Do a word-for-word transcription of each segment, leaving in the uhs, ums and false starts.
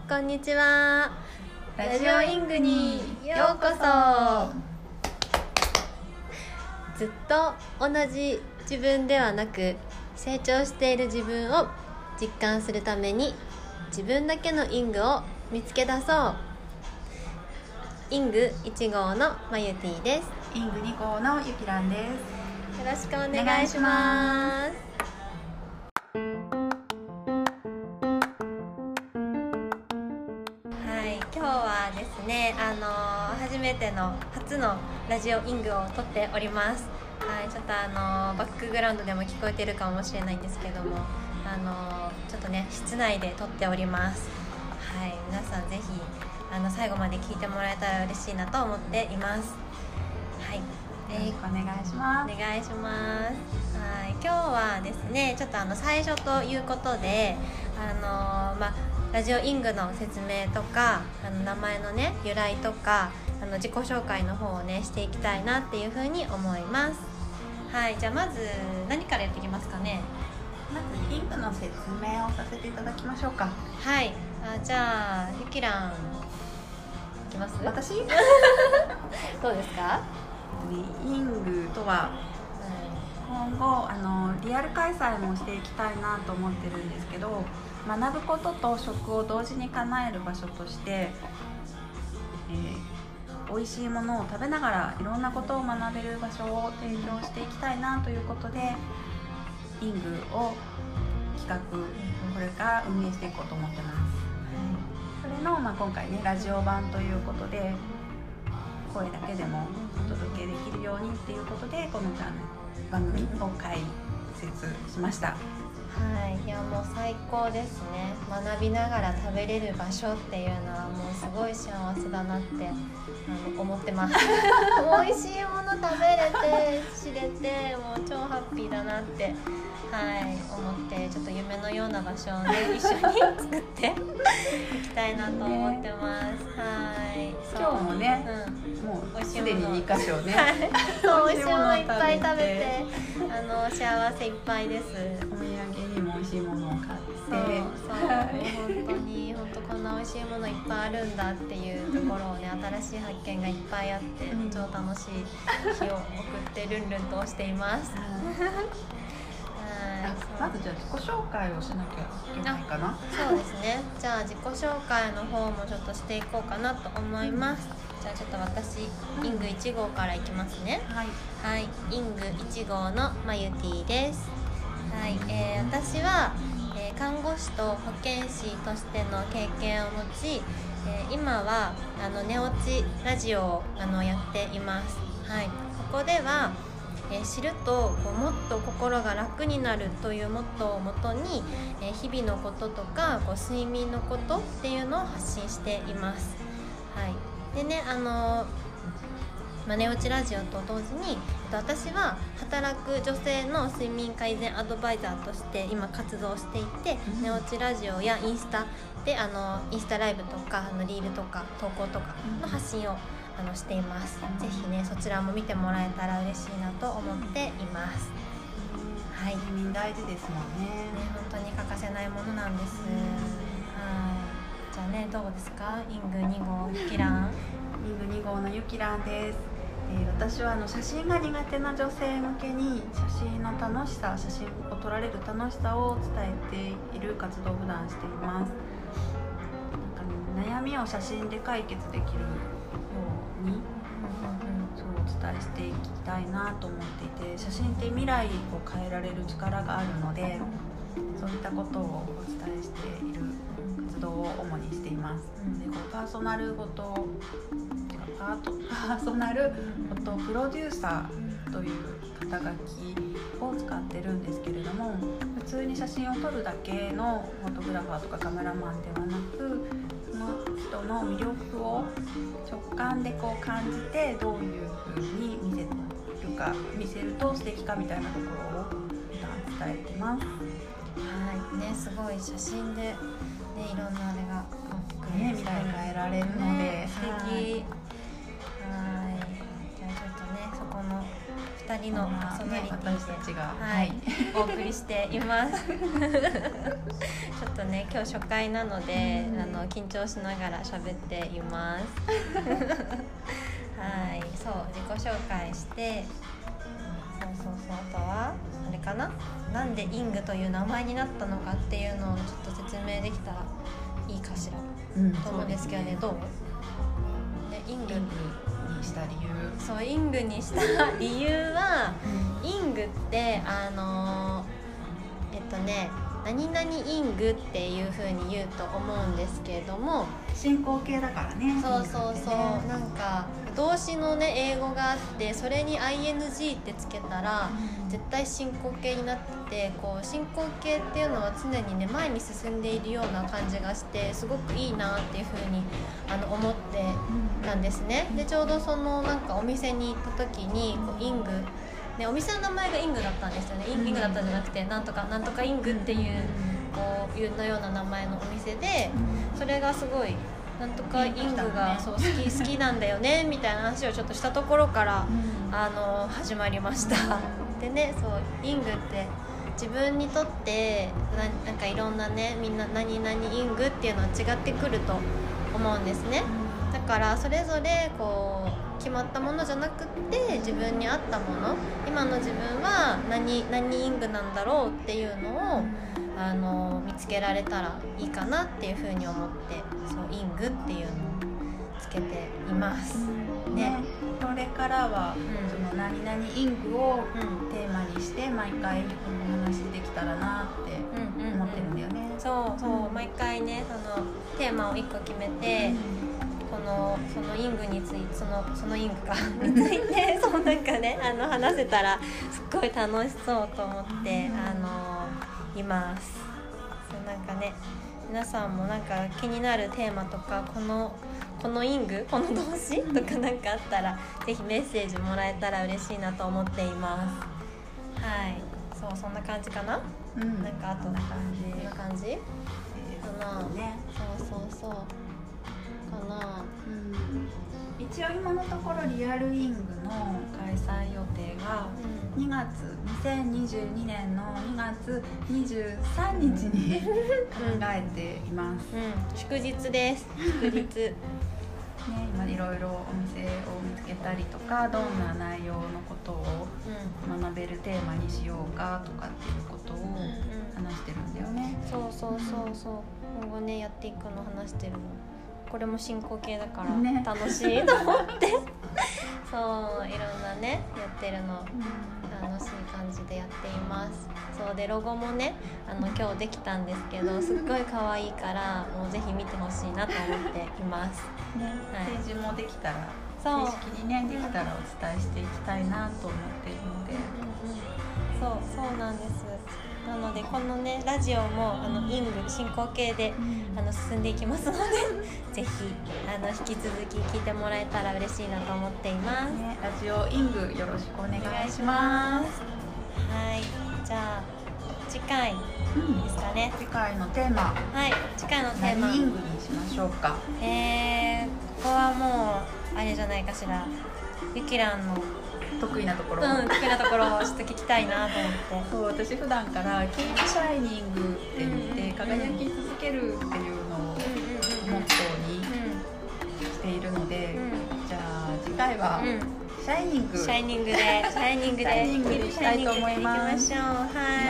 こんにちは。 ラジオイングにようこそ。 ずっと同じ自分ではなく、成長している自分を実感するために自分だけのイングを見つけ出そう。イングいち号のマユティです。 イングに号のゆきらんです。 よろしくお願いします。今日はですね、あのー、初めての初のラジオイングを撮っております。はい、ちょっとあのー、バックグラウンドでも聞こえてるかもしれないんですけども、あのー、ちょっとね室内で撮っております。はい、皆さんぜひあの最後まで聞いてもらえたら嬉しいなと思っています。はい、 よろしくお願いします。 お願いします。はい、今日はですね、ちょっとあの最初ということで、あのまあラジオイングの説明とか、あの名前のね由来とか、あの自己紹介の方をねしていきたいなっていうふうに思います。はい、じゃあまず何からやっていきますかね。 まずイングの説明をさせていただきましょうか。 はい、あじゃあゆきらんいきます。 私どうですか。 イングとは、今後あのリアル開催もしていきたいなと思ってるんですけど、学ぶことと食を同時に叶える場所として、えー、美味しいものを食べながらいろんなことを学べる場所を提供していきたいなということで、イングを企画これから運営していこうと思ってます。それの、まあ、今回ねラジオ版ということで、声だけでもお届けできるようにっていうことで、このチャンネル番組を開設しました。 はい、いやもう最高ですね。学びながら食べれる場所っていうのはもうすごい幸せだなってあの思ってます美味しいもの食べれて知れて、もう超ハッピーだなって、はい、思って、ちょっと夢のような場所をね一緒に作っていきたいなと思ってます。はい、 今日もね、うん、もうすでににかしょね、はい、 そう美味しいものいっぱい食べて、あの幸せいっぱいです。 お土産にも美味しいものを買って、 そうそう、本当に本当こんな美味しいものいっぱいあるんだっていうところをね、新しい発見がいっぱいあって、うん、超楽しい日を送ってルンルンとしています。 まずじゃあ自己紹介をしなきゃいけないかな。 そうですね。じゃあ自己紹介の方もちょっとしていこうかなと思います。じゃあちょっと私、イングいち号からいきますね。はい、はい、イングいち号のマユティです。はい、えー、私は、えー、看護師と保健師としての経験を持ち、えー、今はあの寝落ちラジオをあのやっています。はい、ここではえー、知るとこうもっと心が楽になるというモットーをもとに、えー、日々のこととかこう睡眠のことっていうのを発信しています。はい、でね、あのー、寝落ちラジオと同時に、えっと、私は働く女性の睡眠改善アドバイザーとして今活動していて、うん、寝落ちラジオやインスタであのインスタライブとかあのリールとか投稿とかの発信をあのしています。ぜひねそちらも見てもらえたら嬉しいなと思っています。はい、 睡眠大事ですもんね。ね、 本当に欠かせないものなんです。はい、じゃあねどうですか、イングに号ゆきらん。 イングに号のゆきらんです。えー、私はあの写真が苦手な女性向けに写真の楽しさ、写真を撮られる楽しさを伝えている活動を普段しています。なんか、ね、悩みを写真で解決できるに、うんうんうん、そうお伝えしていきたいなと思っていて、写真って未来を変えられる力があるので、そういったことをお伝えしている活動を主にしています。うん、でこうパーソナルフォトパートパーソナルフォトプロデューサーという肩書きを使ってるんですけれども、普通に写真を撮るだけのフォトグラファーとかカメラマンではなく、その人の魅力を直感でこう感じて、どういう風に見せるか見せると素敵かみたいなところを普段伝えてます。 はいね、すごい写真で、ね、いろんなあれがね、未来変えられるので、 ね、素敵。はい、じゃあちょっとねそこのふたりにのパーソナリティで、 ね、私たちが、 はい、お送りしていますちょっとね今日初回なので、うん、あの緊張しながら喋っていますはい、そう自己紹介して、そうそうそう、あとはあれかな、なんでイングという名前になったのかっていうのをちょっと説明できたらいいかしら、うん、と思うんですけどね、どう？ね、イングにした理由、 そうイングにした理由は、うん、イングってあのえっとね何々イングっていう風に言うと思うんですけれども、 進行形だからね。 そうそうそう、ね、なんか動詞のね英語があって、それに アイエヌジー ってつけたら、うん、絶対進行形になってて、こう進行形っていうのは常にね前に進んでいるような感じがして、すごくいいなっていう風にあの思ってたんですね。でちょうどそのなんかお店に行った時にこうイングね、お店の名前がイングだったんですよね。イングだったんじゃなくて、なんとかなんとかイングっていうこういうのような名前のお店で、それがすごいなんとかイングがそう好き好きなんだよねみたいな話をちょっとしたところからあの始まりました。でね、そうイングって自分にとってな、なんかいろんなねみんな何々イングっていうのは違ってくると思うんですね。だからそれぞれこう決まったものじゃなくって自分に合ったもの、今の自分は何何イングなんだろうっていうのをあの見つけられたらいいかなっていうふうに思って、そうイングっていうのをつけています、 うん、ね。これからは、うん、その何々イングをテーマにして毎回お話できたらなって思ってるんだよね、うんうん、 そうそう、毎回ねそのテーマをいっこ決めて、うんこのそのイングについてそのそのイングかについてそうなんかねあの話せたらすっごい楽しそうと思ってあのいます。そうなんかね皆さんもなんか気になるテーマとかこのこのイングこの動詞とかなんかあったらぜひメッセージもらえたら嬉しいなと思っています。はい、そうそんな感じかな。うん、なんかあとこんな感じこんな感じかな、ね、そうそうそうかな、 うん、一応今のところリアルイングの開催予定がにがつにせんにじゅうにねんのにがつにじゅうさんにちに考えています、 うんうん、祝日です祝日ね、今いろいろお店を見つけたりとか、どんな内容のことを学べるテーマにしようかとかっていうことを話してるんだよね、 うんうん、そうそうそうそう、今後ねやっていくの話してるの。これも進行形だから楽しいと思って、ね、そういろんなねやってるの楽しい感じでやっています。そうでロゴもねあの今日できたんですけど、すっごい可愛いからもうぜひ見てほしいなと思っています、 ね、はい、ページもできたら正式にねできたらお伝えしていきたいなと思っているので、 うんうんうん、そうそうなんです。なのでこのねラジオもあのイング進行形で、うん、あの進んでいきますのでぜひあの引き続き聞いてもらえたら嬉しいなと思っています、ね、 ラジオイングよろしくお願いします。 はい、じゃあ次回ですかね、 うん、次回のテーマ、 はい、次回のテーマ何イングにしましょうか。 えー、ここはもうあれじゃないかしら、ゆきらんの得意なところ、 うん、得意なところをちょっと聞きたいなと思ってそう、私普段からキープシャイニングって言って、うん、輝き続けるっていうのをモットーにしているので、うん、じゃあ次回は、うん、シャイニングシャイニングでシャイニングでシャイニングでいきたいと思います。 行きましょう。はい、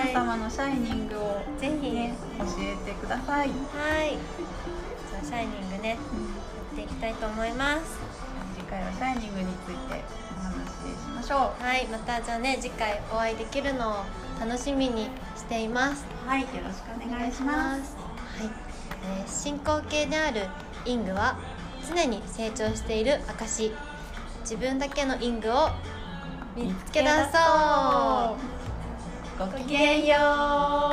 皆様のシャイニングを、 ね、ぜひ教えてください。はい、 じゃあシャイニングね、うん、やっていきたいと思います。 次回はシャイニングについてお話ししましょう。 はい、またじゃあね次回お会いできるのを楽しみにしています。 はい、よろしくお願いします。 はい、えー、進行形であるイングは常に成長している証。自分だけのイングを見つけ出そう。ごきげんよう。